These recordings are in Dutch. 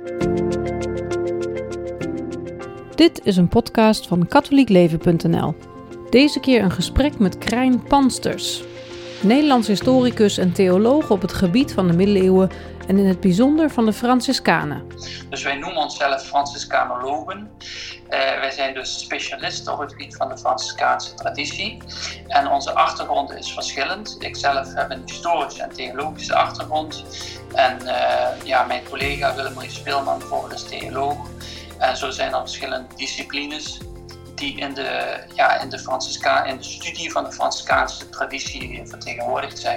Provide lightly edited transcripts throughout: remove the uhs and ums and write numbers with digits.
Dit is een podcast van katholiekleven.nl. Deze keer een gesprek met Krijn Pansters, Nederlands historicus en theoloog op het gebied van de middeleeuwen en in het bijzonder van de Franciscanen. Dus wij noemen onszelf Franciscanologen. Wij zijn dus specialisten op het gebied van de Franciscaanse traditie. En onze achtergrond is verschillend. Ik zelf heb een historische en theologische achtergrond. En mijn collega Willem-Marie Speelman bijvoorbeeld is theoloog. En zo zijn er verschillende disciplines die in de studie van de Franciscaanse traditie vertegenwoordigd zijn.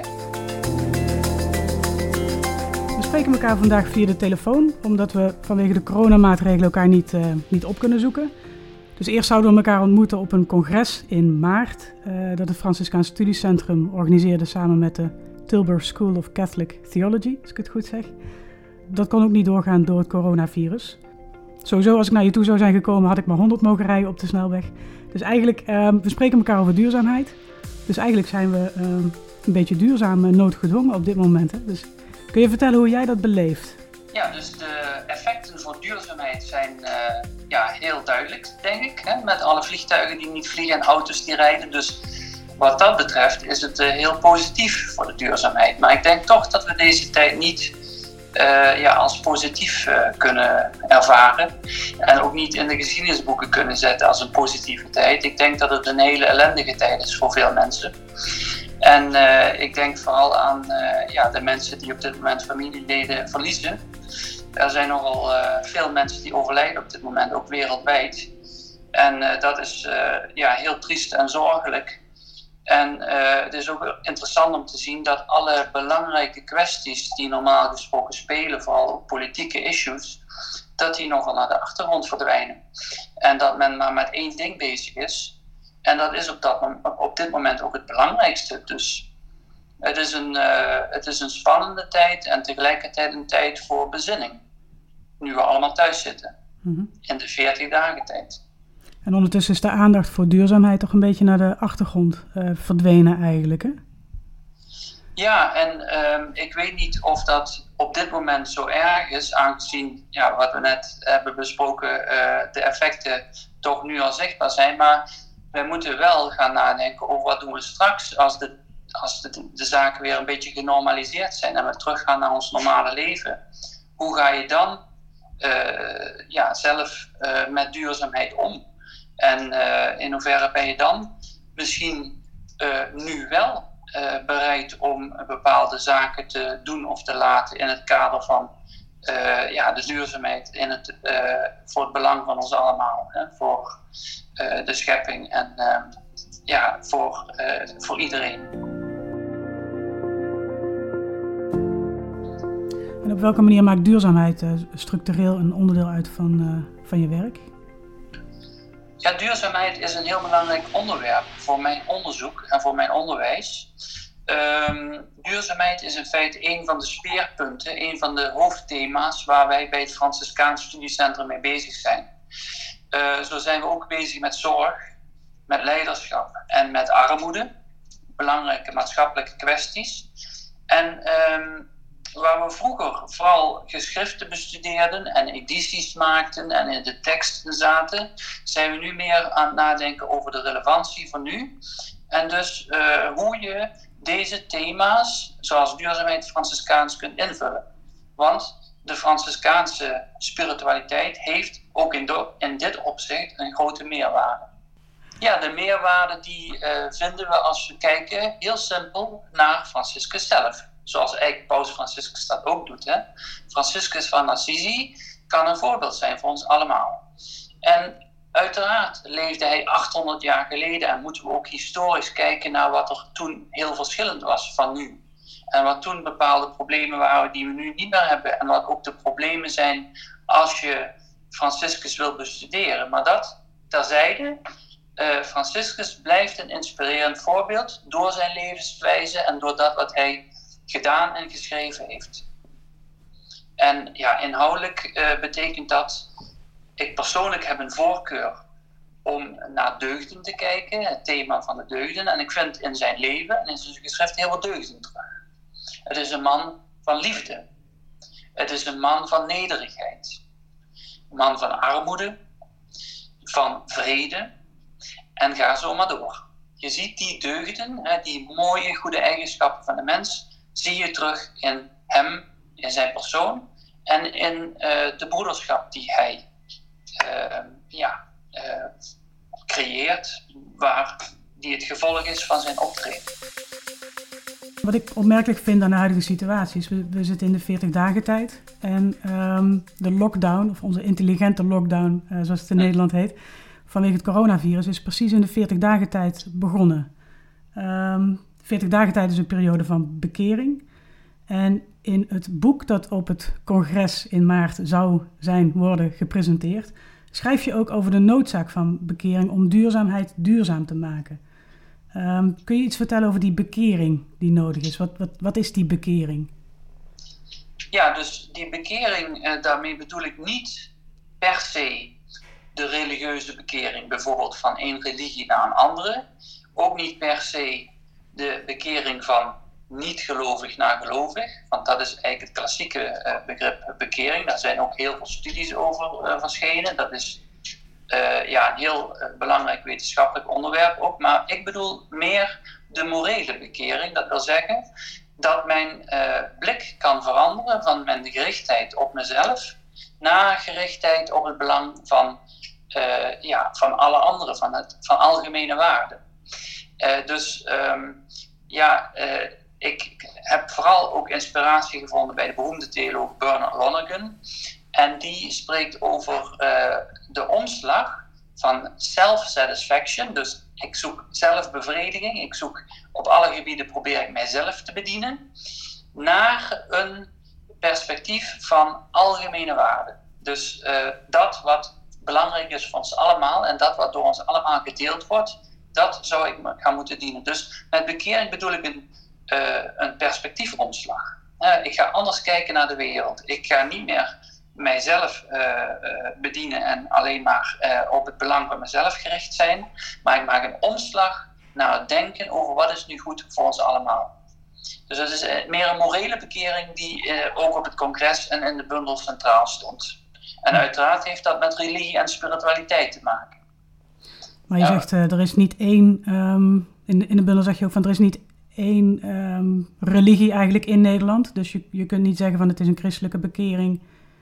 We spreken elkaar vandaag via de telefoon, omdat we vanwege de coronamaatregelen elkaar niet op kunnen zoeken. Dus eerst zouden we elkaar ontmoeten op een congres in maart, dat het Franciscaans Studiecentrum organiseerde samen met de Tilburg School of Catholic Theology, als ik het goed zeg. Dat kon ook niet doorgaan door het coronavirus. Sowieso, als ik naar je toe zou zijn gekomen, had ik maar 100 mogen rijden op de snelweg. Dus eigenlijk, we spreken elkaar over duurzaamheid. Dus eigenlijk zijn we een beetje duurzaam noodgedwongen op dit moment. Hè? Dus kun je vertellen hoe jij dat beleeft? Ja, dus de effecten voor duurzaamheid zijn heel duidelijk, denk ik. Hè? Met alle vliegtuigen die niet vliegen en auto's die rijden. Dus wat dat betreft is het heel positief voor de duurzaamheid. Maar ik denk toch dat we deze tijd niet als positief kunnen ervaren. En ook niet in de geschiedenisboeken kunnen zetten als een positieve tijd. Ik denk dat het een hele ellendige tijd is voor veel mensen. En ik denk vooral aan de mensen die op dit moment familieleden verliezen. Er zijn nogal veel mensen die overlijden op dit moment, ook wereldwijd. En dat is heel triest en zorgelijk. En het is ook interessant om te zien dat alle belangrijke kwesties die normaal gesproken spelen, vooral ook politieke issues, dat die nogal naar de achtergrond verdwijnen. En dat men maar met één ding bezig is. En dat is op dit moment ook het belangrijkste. Dus het is een spannende tijd en tegelijkertijd een tijd voor bezinning. Nu we allemaal thuis zitten. In de 40 dagen tijd. En ondertussen is de aandacht voor duurzaamheid toch een beetje naar de achtergrond verdwenen eigenlijk, hè? Ja, en ik weet niet of dat op dit moment zo erg is, aangezien wat we net hebben besproken, de effecten toch nu al zichtbaar zijn. Maar wij moeten wel gaan nadenken over wat doen we straks als de zaken weer een beetje genormaliseerd zijn en we teruggaan naar ons normale leven. Hoe ga je dan zelf met duurzaamheid om? En in hoeverre ben je dan misschien nu wel bereid om bepaalde zaken te doen of te laten in het kader van de duurzaamheid voor het belang van ons allemaal, hè? Voor de schepping en voor iedereen. En op welke manier maakt duurzaamheid structureel een onderdeel uit van je werk? Ja, duurzaamheid is een heel belangrijk onderwerp voor mijn onderzoek en voor mijn onderwijs. Duurzaamheid is in feite een van de speerpunten, een van de hoofdthema's waar wij bij het Franciscaans Studiecentrum mee bezig zijn. Zo zijn we ook bezig met zorg, met leiderschap en met armoede, belangrijke maatschappelijke kwesties. En waar we vroeger vooral geschriften bestudeerden en edities maakten en in de teksten zaten, zijn we nu meer aan het nadenken over de relevantie van nu. En dus hoe je deze thema's, zoals duurzaamheid Franciscaans, kunt invullen. Want de Franciscaanse spiritualiteit heeft ook in dit opzicht een grote meerwaarde. Ja, de meerwaarde die vinden we als we kijken heel simpel naar Franciscus zelf. Zoals eigenlijk Paus Franciscus dat ook doet. Hè? Franciscus van Assisi kan een voorbeeld zijn voor ons allemaal. En uiteraard leefde hij 800 jaar geleden en moeten we ook historisch kijken naar wat er toen heel verschillend was van nu. En wat toen bepaalde problemen waren die we nu niet meer hebben. En wat ook de problemen zijn als je Franciscus wil bestuderen. Maar dat terzijde, Franciscus blijft een inspirerend voorbeeld door zijn levenswijze en door dat wat hij gedaan en geschreven heeft. En inhoudelijk betekent dat, ik persoonlijk heb een voorkeur om naar deugden te kijken, het thema van de deugden. En ik vind in zijn leven en in zijn geschrift heel veel deugden terug. Het is een man van liefde. Het is een man van nederigheid. Een man van armoede, van vrede en ga zo maar door. Je ziet die deugden, die mooie, goede eigenschappen van de mens, zie je terug in hem, in zijn persoon en in de broederschap die hij creëert, die het gevolg is van zijn optreden. Wat ik opmerkelijk vind aan de huidige situatie is, we zitten in de 40-dagen tijd en de lockdown, of onze intelligente lockdown, zoals het in Nederland heet, vanwege het coronavirus, is precies in de 40-dagen tijd begonnen. 40-dagen tijd is een periode van bekering. En in het boek dat op het congres in maart zou worden gepresenteerd, schrijf je ook over de noodzaak van bekering om duurzaamheid duurzaam te maken. Kun je iets vertellen over die bekering die nodig is? Wat is die bekering? Ja, dus die bekering, daarmee bedoel ik niet per se de religieuze bekering, bijvoorbeeld van één religie naar een andere. Ook niet per se de bekering van niet-gelovig naar gelovig, want dat is eigenlijk het klassieke begrip bekering. Daar zijn ook heel veel studies over verschenen. Dat is een heel belangrijk wetenschappelijk onderwerp ook. Maar ik bedoel meer de morele bekering. Dat wil zeggen dat mijn blik kan veranderen van mijn gerichtheid op mezelf naar gerichtheid op het belang van alle anderen, van algemene waarden. Ik heb vooral ook inspiratie gevonden bij de beroemde theoloog Bernard Lonergan. En die spreekt over de omslag van self-satisfaction. Dus ik zoek zelfbevrediging. Ik zoek op alle gebieden, probeer ik mijzelf te bedienen. Naar een perspectief van algemene waarden. Dus dat wat belangrijk is voor ons allemaal en dat wat door ons allemaal gedeeld wordt, dat zou ik gaan moeten dienen. Dus met bekering bedoel ik een perspectiefomslag. Ik ga anders kijken naar de wereld. Ik ga niet meer mijzelf bedienen en alleen maar op het belang van mezelf gericht zijn. Maar ik maak een omslag naar het denken over wat is nu goed voor ons allemaal. Dus dat is meer een morele bekering die ook op het congres en in de bundel centraal stond. En uiteraard heeft dat met religie en spiritualiteit te maken. Maar je zegt, er is niet één, in de bundel zeg je ook van, er is niet één religie eigenlijk in Nederland. Dus je kunt niet zeggen van het is een christelijke bekering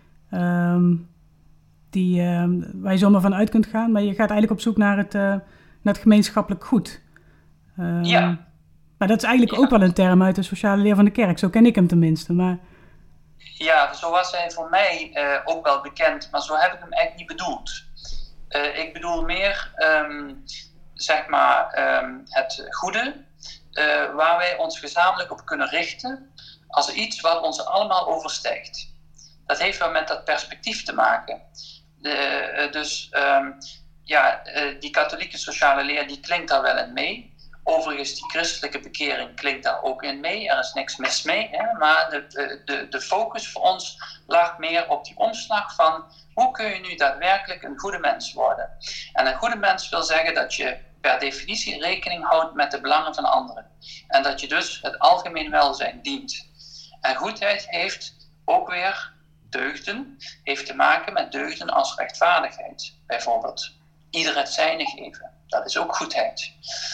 waar je zomaar van uit kunt gaan. Maar je gaat eigenlijk op zoek naar het gemeenschappelijk goed. Maar dat is eigenlijk ook wel een term uit de sociale leer van de kerk. Zo ken ik hem tenminste. Maar... Ja, zo was hij voor mij ook wel bekend. Maar zo heb ik hem eigenlijk niet bedoeld. Ik bedoel meer, het goede, waar wij ons gezamenlijk op kunnen richten als iets wat ons allemaal overstijgt. Dat heeft wel met dat perspectief te maken. Die katholieke sociale leer die klinkt daar wel in mee. Overigens, die christelijke bekering klinkt daar ook in mee. Er is niks mis mee. Hè? Maar de focus voor ons lag meer op die omslag van hoe kun je nu daadwerkelijk een goede mens worden. En een goede mens wil zeggen dat je per definitie rekening houdt met de belangen van anderen. En dat je dus het algemeen welzijn dient. En goedheid heeft ook weer deugden, heeft te maken met deugden als rechtvaardigheid. Bijvoorbeeld ieder het zijne geven. Dat is ook goedheid.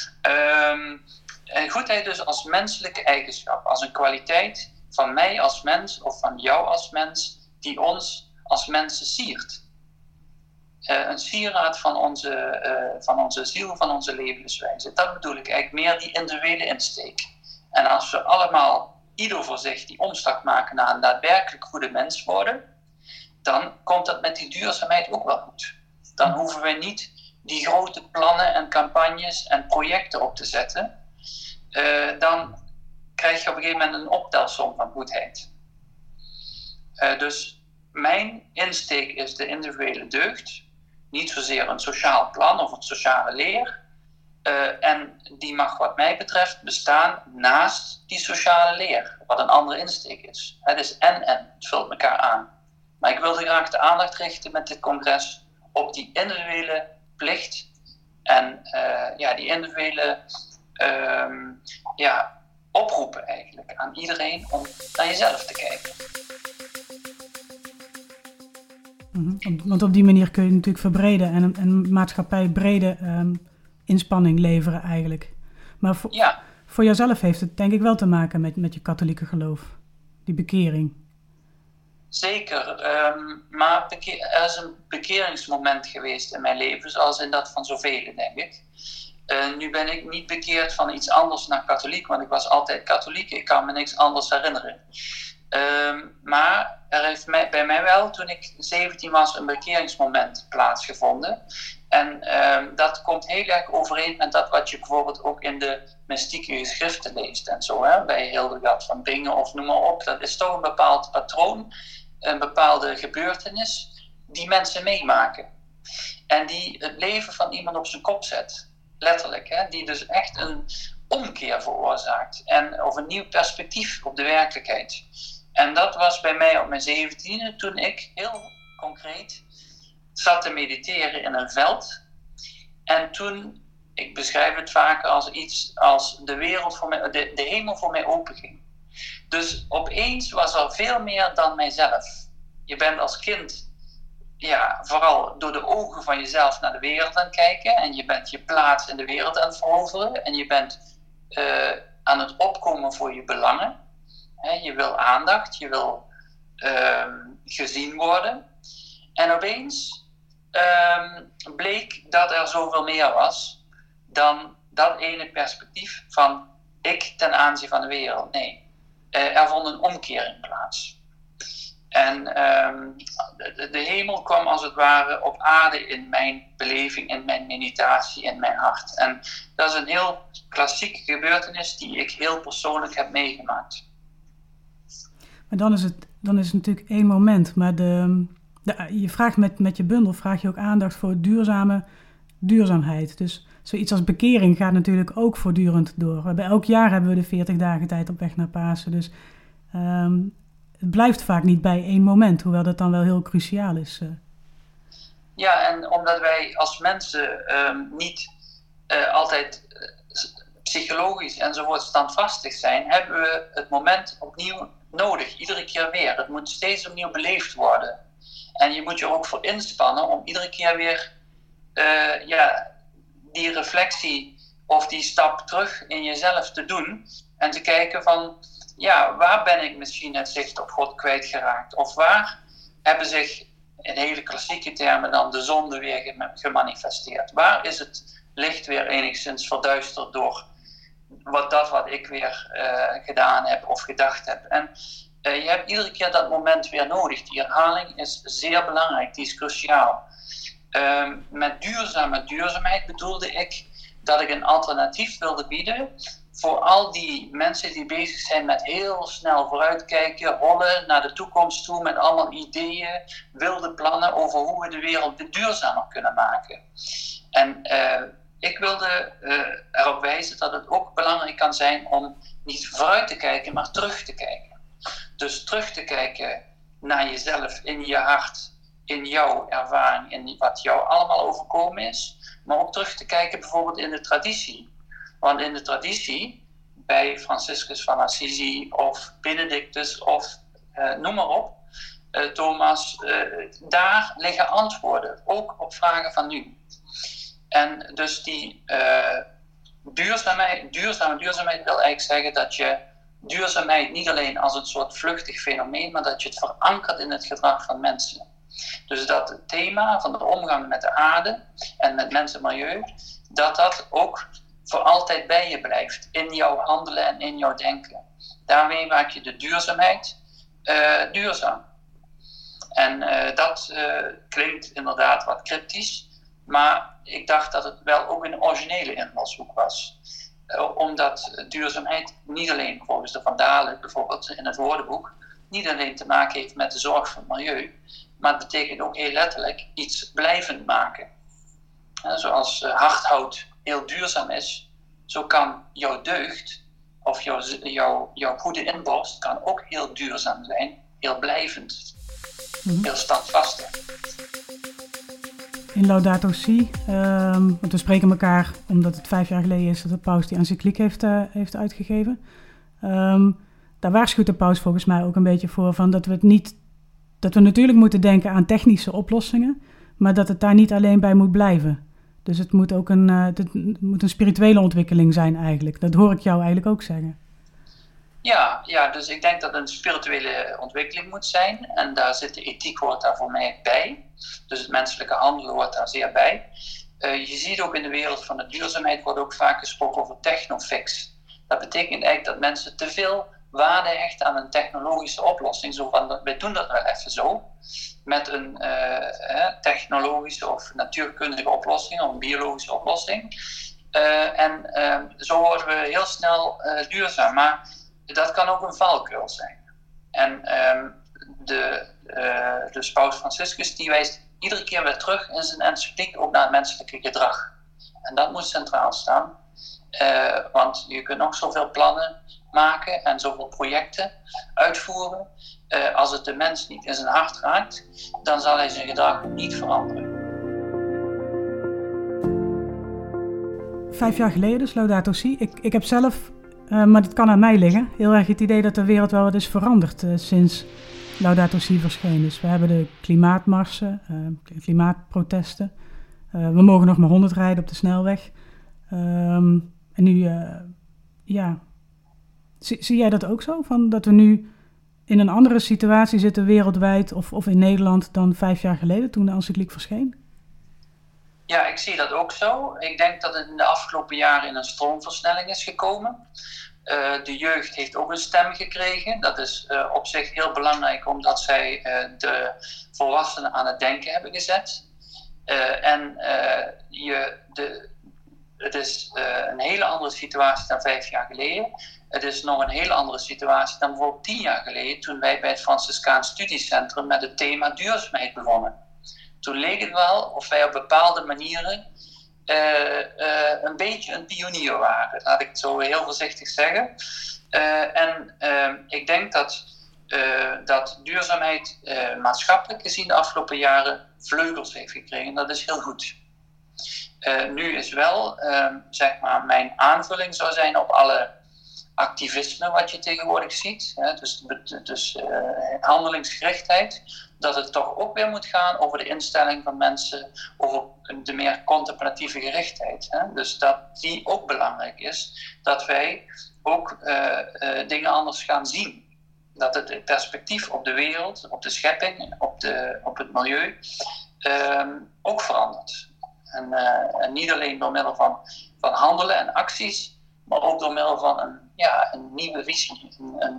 En goedheid dus als menselijke eigenschap, als een kwaliteit van mij als mens of van jou als mens, die ons als mensen siert. Een sieraad van onze ziel, van onze levenswijze. Dat bedoel ik eigenlijk meer die individuele insteek. En als we allemaal, ieder voor zich, die omslag maken naar een daadwerkelijk goede mens worden, dan komt dat met die duurzaamheid ook wel goed. Dan hoeven we niet die grote plannen en campagnes en projecten op te zetten. Dan krijg je op een gegeven moment een optelsom van goedheid. Dus mijn insteek is de individuele deugd. Niet zozeer een sociaal plan of een sociale leer. En die mag wat mij betreft bestaan naast die sociale leer. Wat een andere insteek is. Het is en. Het vult elkaar aan. Maar ik wilde graag de aandacht richten met dit congres op die individuele plicht. En die individuele oproepen eigenlijk aan iedereen om naar jezelf te kijken. Want op die manier kun je natuurlijk verbreden en een maatschappij brede inspanning leveren eigenlijk. Maar voor jouzelf heeft het denk ik wel te maken met je katholieke geloof, die bekering. Zeker, maar er is een bekeringsmoment geweest in mijn leven, zoals in dat van zoveel, denk ik. Nu ben ik niet bekeerd van iets anders naar katholiek, want ik was altijd katholiek. Ik kan me niks anders herinneren. Maar er heeft bij mij wel, toen ik 17 was, een bekeringsmoment plaatsgevonden. En dat komt heel erg overeen met dat wat je bijvoorbeeld ook in de mystieke geschriften leest en zo. Hè? Bij Hildegard van Bingen of noem maar op. Dat is toch een bepaald patroon, een bepaalde gebeurtenis die mensen meemaken. En die het leven van iemand op zijn kop zet. Letterlijk, hè? Die dus echt een omkeer veroorzaakt. Of een nieuw perspectief op de werkelijkheid. En dat was bij mij op mijn 17e, toen ik heel concreet zat te mediteren in een veld. En toen, ik beschrijf het vaak als iets als de wereld voor mij, de hemel voor mij openging. Dus opeens was er veel meer dan mijzelf. Je bent als kind vooral door de ogen van jezelf naar de wereld aan het kijken. En je bent je plaats in de wereld aan het veroveren. En je bent aan het opkomen voor je belangen. Je wil aandacht, je wil gezien worden. En opeens bleek dat er zoveel meer was dan dat ene perspectief van ik ten aanzien van de wereld. Nee, er vond een omkering plaats. En de hemel kwam als het ware op aarde in mijn beleving, in mijn meditatie, in mijn hart. En dat is een heel klassieke gebeurtenis die ik heel persoonlijk heb meegemaakt. Maar dan is het natuurlijk één moment. Maar je vraagt met je bundel vraag je ook aandacht voor duurzaamheid. Dus zoiets als bekering gaat natuurlijk ook voortdurend door. Elk jaar hebben we de 40 dagen tijd op weg naar Pasen. Dus het blijft vaak niet bij één moment, hoewel dat dan wel heel cruciaal is. Ja, en omdat wij als mensen niet altijd psychologisch enzovoort standvastig zijn, hebben we het moment opnieuw nodig, iedere keer weer. Het moet steeds opnieuw beleefd worden. En je moet je er ook voor inspannen om iedere keer weer die reflectie of die stap terug in jezelf te doen en te kijken van, waar ben ik misschien het zicht op God kwijtgeraakt? Of waar hebben zich, in hele klassieke termen dan, de zonde weer gemanifesteerd? Waar is het licht weer enigszins verduisterd door wat ik weer gedaan heb of gedacht heb? En je hebt iedere keer dat moment weer nodig. Die herhaling is zeer belangrijk, die is cruciaal. Met duurzaamheid bedoelde ik dat ik een alternatief wilde bieden voor al die mensen die bezig zijn met heel snel vooruitkijken, hollen naar de toekomst toe met allemaal ideeën, wilde plannen over hoe we de wereld duurzamer kunnen maken. En ik wilde erop wijzen dat het ook belangrijk kan zijn om niet vooruit te kijken, maar terug te kijken. Dus terug te kijken naar jezelf, in je hart, in jouw ervaring, in wat jou allemaal overkomen is. Maar ook terug te kijken bijvoorbeeld in de traditie. Want in de traditie, bij Franciscus van Assisi of Benedictus of noem maar op, Thomas, daar liggen antwoorden, ook op vragen van nu. En dus die duurzaamheid wil eigenlijk zeggen dat je duurzaamheid niet alleen als een soort vluchtig fenomeen, maar dat je het verankert in het gedrag van mensen. Dus dat het thema van de omgang met de aarde en met mens en milieu, dat ook voor altijd bij je blijft. In jouw handelen en in jouw denken. Daarmee maak je de duurzaamheid duurzaam. En dat klinkt inderdaad wat cryptisch, maar ik dacht dat het wel ook een originele invalshoek was. Omdat duurzaamheid niet alleen, volgens de Van Dalen bijvoorbeeld in het woordenboek, niet alleen te maken heeft met de zorg voor het milieu, maar het betekent ook heel letterlijk iets blijvend maken. Zoals hardhout heel duurzaam is, zo kan jouw deugd of jouw goede inborst kan ook heel duurzaam zijn, heel blijvend, heel standvastig. In Laudato Si, want we spreken elkaar omdat het 5 jaar geleden is dat de paus die encycliek heeft uitgegeven. Daar waarschuwt de paus volgens mij ook een beetje voor van dat we het niet dat we natuurlijk moeten denken aan technische oplossingen, maar dat het daar niet alleen bij moet blijven. Dus het moet ook het moet een spirituele ontwikkeling zijn eigenlijk. Dat hoor ik jou eigenlijk ook zeggen. Ja, dus ik denk dat het een spirituele ontwikkeling moet zijn. En daar zit de ethiek hoort daar voor mij bij. Dus het menselijke handelen hoort daar zeer bij. Je ziet ook in de wereld van de duurzaamheid wordt ook vaak gesproken over technofix. Dat betekent eigenlijk dat mensen te veel waarde hechten aan een technologische oplossing. Zo van, wij doen dat wel even zo. Met een technologische of natuurkundige oplossing of een biologische oplossing. Zo worden we heel snel duurzaam. Maar dat kan ook een valkuil zijn. En dus Paus Franciscus die wijst iedere keer weer terug in zijn encycliek ook naar het menselijke gedrag. En dat moet centraal staan. Want je kunt nog zoveel plannen maken en zoveel projecten uitvoeren. Als het de mens niet in zijn hart raakt, dan zal hij zijn gedrag niet veranderen. 5 jaar geleden, dus Laudato Si. Ik heb zelf, maar dat kan aan mij liggen, heel erg het idee dat de wereld wel wat is veranderd sinds Laudato Si verscheen. Dus we hebben de klimaatmarsen, klimaatprotesten. We mogen nog maar 100 rijden op de snelweg. En nu, zie jij dat ook zo? Van dat we nu in een andere situatie zitten wereldwijd of in Nederland dan 5 jaar geleden toen de encycliek verscheen? Ja, ik zie dat ook zo. Ik denk dat het in de afgelopen jaren in een stroomversnelling is gekomen. De jeugd heeft ook een stem gekregen. Dat is op zich heel belangrijk omdat zij de volwassenen aan het denken hebben gezet. Het is een hele andere situatie dan 5 jaar geleden. Het is nog een hele andere situatie dan bijvoorbeeld 10 jaar geleden toen wij bij het Franciscaans Studiecentrum met het thema duurzaamheid begonnen. Toen leek het wel of wij op bepaalde manieren een beetje een pionier waren. Laat ik het zo heel voorzichtig zeggen. Ik denk dat duurzaamheid maatschappelijk gezien de afgelopen jaren vleugels heeft gekregen. Dat is heel goed. Nu is wel, zeg maar, mijn aanvulling zou zijn op alle activisme wat je tegenwoordig ziet. Dus handelingsgerichtheid. Dat het toch ook weer moet gaan over de instelling van mensen, over de meer contemplatieve gerichtheid. Dus dat die ook belangrijk is. Dat wij ook dingen anders gaan zien. Dat het perspectief op de wereld, op de schepping, op het milieu ook verandert. En niet alleen door middel van handelen en acties, maar ook door middel van een nieuwe visie.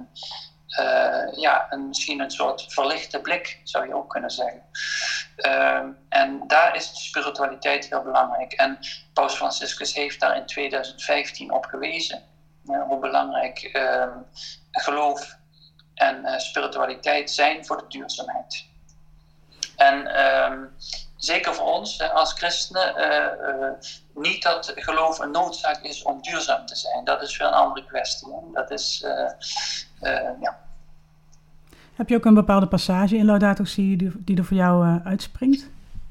Misschien een soort verlichte blik, zou je ook kunnen zeggen. En daar is de spiritualiteit heel belangrijk. En Paus Franciscus heeft daar in 2015 op gewezen. Hoe belangrijk geloof en spiritualiteit zijn voor de duurzaamheid. En zeker voor ons als christenen, niet dat geloof een noodzaak is om duurzaam te zijn. Dat is weer een andere kwestie. Dat is, Heb je ook een bepaalde passage in Laudato Si die er voor jou uitspringt?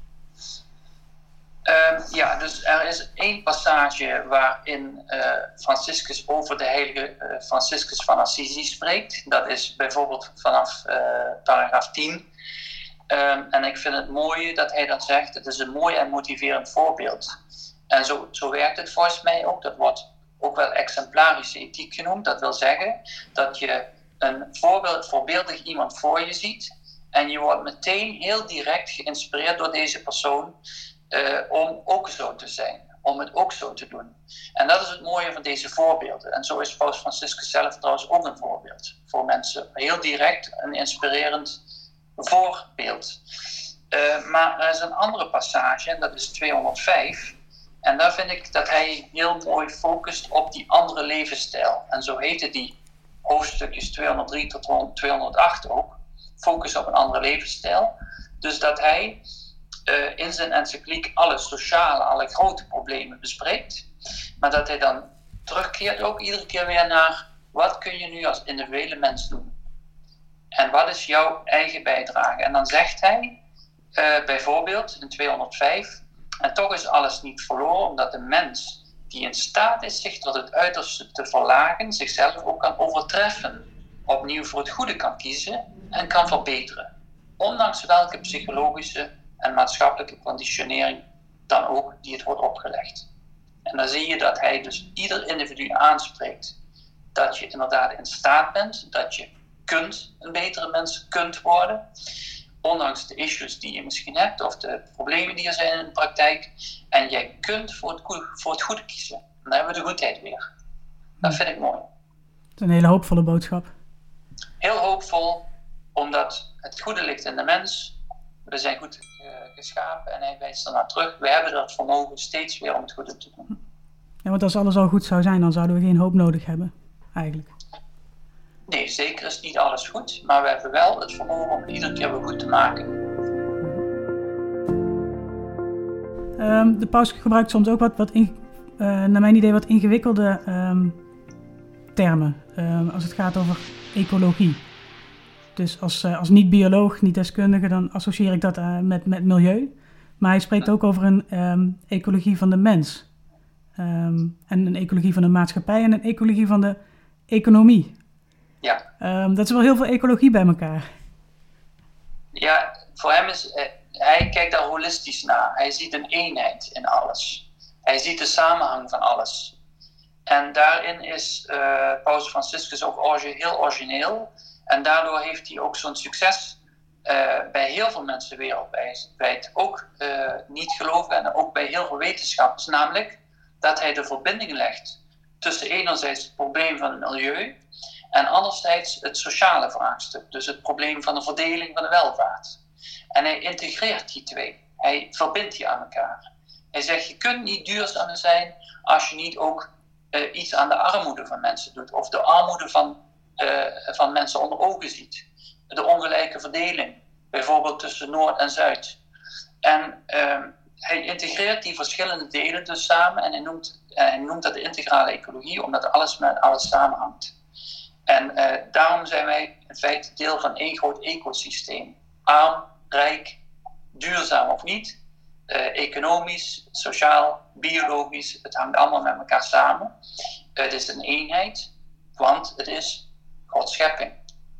Dus er is 1 passage waarin Franciscus over de heilige Franciscus van Assisi spreekt. Dat is bijvoorbeeld vanaf paragraaf 10. En ik vind het mooi dat hij dat zegt. Het is een mooi en motiverend voorbeeld. En zo werkt het volgens mij ook. Dat wordt ook wel exemplarische ethiek genoemd. Dat wil zeggen dat je een voorbeeldig iemand voor je ziet. En je wordt meteen heel direct geïnspireerd door deze persoon om ook zo te zijn. Om het ook zo te doen. En dat is het mooie van deze voorbeelden. En zo is Paus Franciscus zelf trouwens ook een voorbeeld voor mensen. Heel direct een inspirerend voorbeeld. Maar er is een andere passage en dat is 205. En daar vind ik dat hij heel mooi focust op die andere levensstijl. En zo heten die hoofdstukjes 203 tot 208 ook. Focus op een andere levensstijl. Dus dat hij in zijn encycliek alle sociale, alle grote problemen bespreekt. Maar dat hij dan terugkeert ook iedere keer weer naar wat kun je nu als individuele mens doen? En wat is jouw eigen bijdrage? En dan zegt hij bijvoorbeeld in 205... En toch is alles niet verloren, omdat de mens die in staat is zich tot het uiterste te verlagen, zichzelf ook kan overtreffen, opnieuw voor het goede kan kiezen en kan verbeteren. ondanks welke psychologische en maatschappelijke conditionering dan ook die het wordt opgelegd. En dan zie je dat hij dus ieder individu aanspreekt dat je inderdaad in staat bent, dat je een betere mens kunt worden, ondanks de issues die je misschien hebt of de problemen die er zijn in de praktijk. En jij kunt voor het goede kiezen. En dan hebben we de goedheid weer. Dat vind ik mooi. Het is een hele hoopvolle boodschap. Heel hoopvol, omdat het goede ligt in de mens. We zijn goed geschapen en hij wijst ernaar terug. We hebben dat vermogen steeds weer om het goede te doen. Ja, want als alles al goed zou zijn, dan zouden we geen hoop nodig hebben, eigenlijk. Nee, zeker is niet alles goed, maar we hebben wel het vermogen om het iedere keer weer goed te maken. De paus gebruikt soms ook naar mijn idee wat ingewikkelde termen als het gaat over ecologie. Dus als niet-bioloog, niet-deskundige, dan associeer ik dat met milieu. Maar hij spreekt ook over een ecologie van de mens. En een ecologie van de maatschappij en een ecologie van de economie. Ja. Dat is wel heel veel ecologie bij elkaar. Ja, voor hem hij kijkt daar holistisch naar. Hij ziet een eenheid in alles. Hij ziet de samenhang van alles. En daarin is Paus Franciscus ook heel origineel. En daardoor heeft hij ook zo'n succes bij heel veel mensen wereldwijd. Ook niet geloven en ook bij heel veel wetenschappers. Namelijk dat hij de verbinding legt tussen enerzijds het probleem van het milieu en anderzijds het sociale vraagstuk. Dus het probleem van de verdeling van de welvaart. En hij integreert die twee. Hij verbindt die aan elkaar. Hij zegt, je kunt niet duurzaam zijn als je niet ook iets aan de armoede van mensen doet. Of de armoede van mensen onder ogen ziet. De ongelijke verdeling. Bijvoorbeeld tussen Noord en Zuid. En hij integreert die verschillende delen dus samen. En hij noemt dat de integrale ecologie. Omdat alles met alles samenhangt. En daarom zijn wij in feite deel van één groot ecosysteem. Arm, rijk, duurzaam of niet. Economisch, sociaal, biologisch. Het hangt allemaal met elkaar samen. Het is een eenheid. Want het is Gods schepping.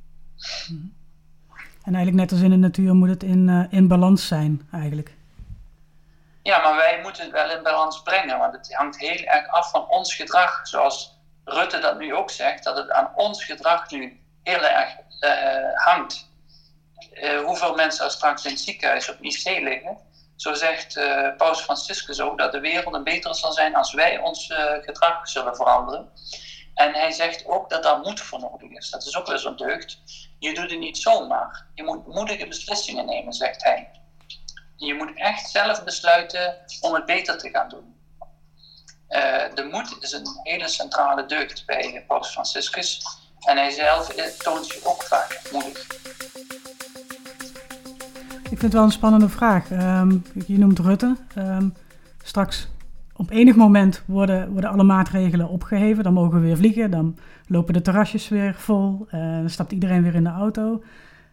En eigenlijk net als in de natuur moet het in balans zijn eigenlijk. Ja, maar wij moeten het wel in balans brengen. Want het hangt heel erg af van ons gedrag. Zoals Rutte dat nu ook zegt. Dat het aan ons gedrag nu heel erg hangt. Hoeveel mensen er straks in het ziekenhuis op IC liggen. Zo zegt Paus Franciscus ook dat de wereld een betere zal zijn als wij ons gedrag zullen veranderen. En hij zegt ook dat daar moed voor nodig is. Dat is ook wel zo'n deugd. Je doet het niet zomaar. Je moet moedige beslissingen nemen, zegt hij. Je moet echt zelf besluiten om het beter te gaan doen. De moed is een hele centrale deugd bij Paus Franciscus. En hij zelf toont zich ook vaak moedig. Ik vind het wel een spannende vraag. Je noemt Rutte. Straks op enig moment worden alle maatregelen opgeheven. Dan mogen we weer vliegen. Dan lopen de terrasjes weer vol. Dan stapt iedereen weer in de auto.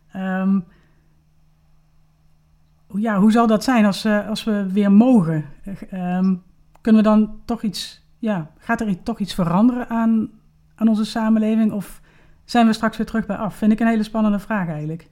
Hoe zal dat zijn als we weer mogen? Kunnen we dan toch iets... Ja, gaat er toch iets veranderen aan onze samenleving? Of zijn we straks weer terug bij af? Vind ik een hele spannende vraag eigenlijk.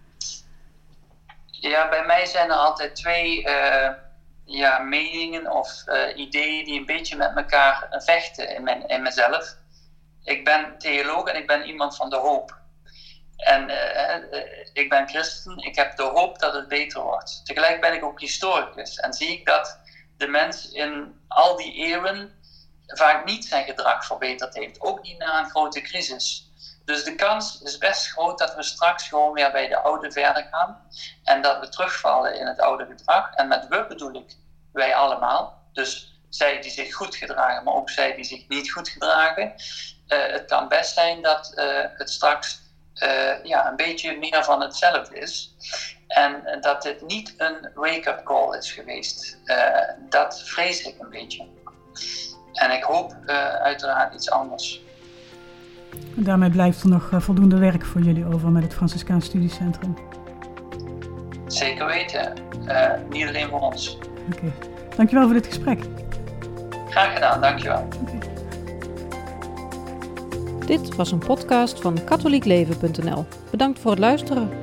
Ja, bij mij zijn er altijd twee meningen of ideeën die een beetje met elkaar vechten in mezelf. Ik ben theoloog en ik ben iemand van de hoop. En ik ben christen, ik heb de hoop dat het beter wordt. Tegelijk ben ik ook historicus en zie ik dat de mens in al die eeuwen vaak niet zijn gedrag verbeterd heeft. Ook niet na een grote crisis. Dus de kans is best groot dat we straks gewoon weer bij de oude verder gaan. En dat we terugvallen in het oude gedrag. En met we bedoel ik wij allemaal. Dus zij die zich goed gedragen, maar ook zij die zich niet goed gedragen. Het kan best zijn dat het straks een beetje meer van hetzelfde is. En dat dit niet een wake-up call is geweest. Dat vrees ik een beetje. En ik hoop uiteraard iets anders. En daarmee blijft er nog voldoende werk voor jullie over met het Franciscaans Studiecentrum. Zeker weten. Niet alleen voor ons. Oké. Dankjewel voor dit gesprek. Graag gedaan, dankjewel. Okay. Dit was een podcast van katholiekleven.nl. Bedankt voor het luisteren.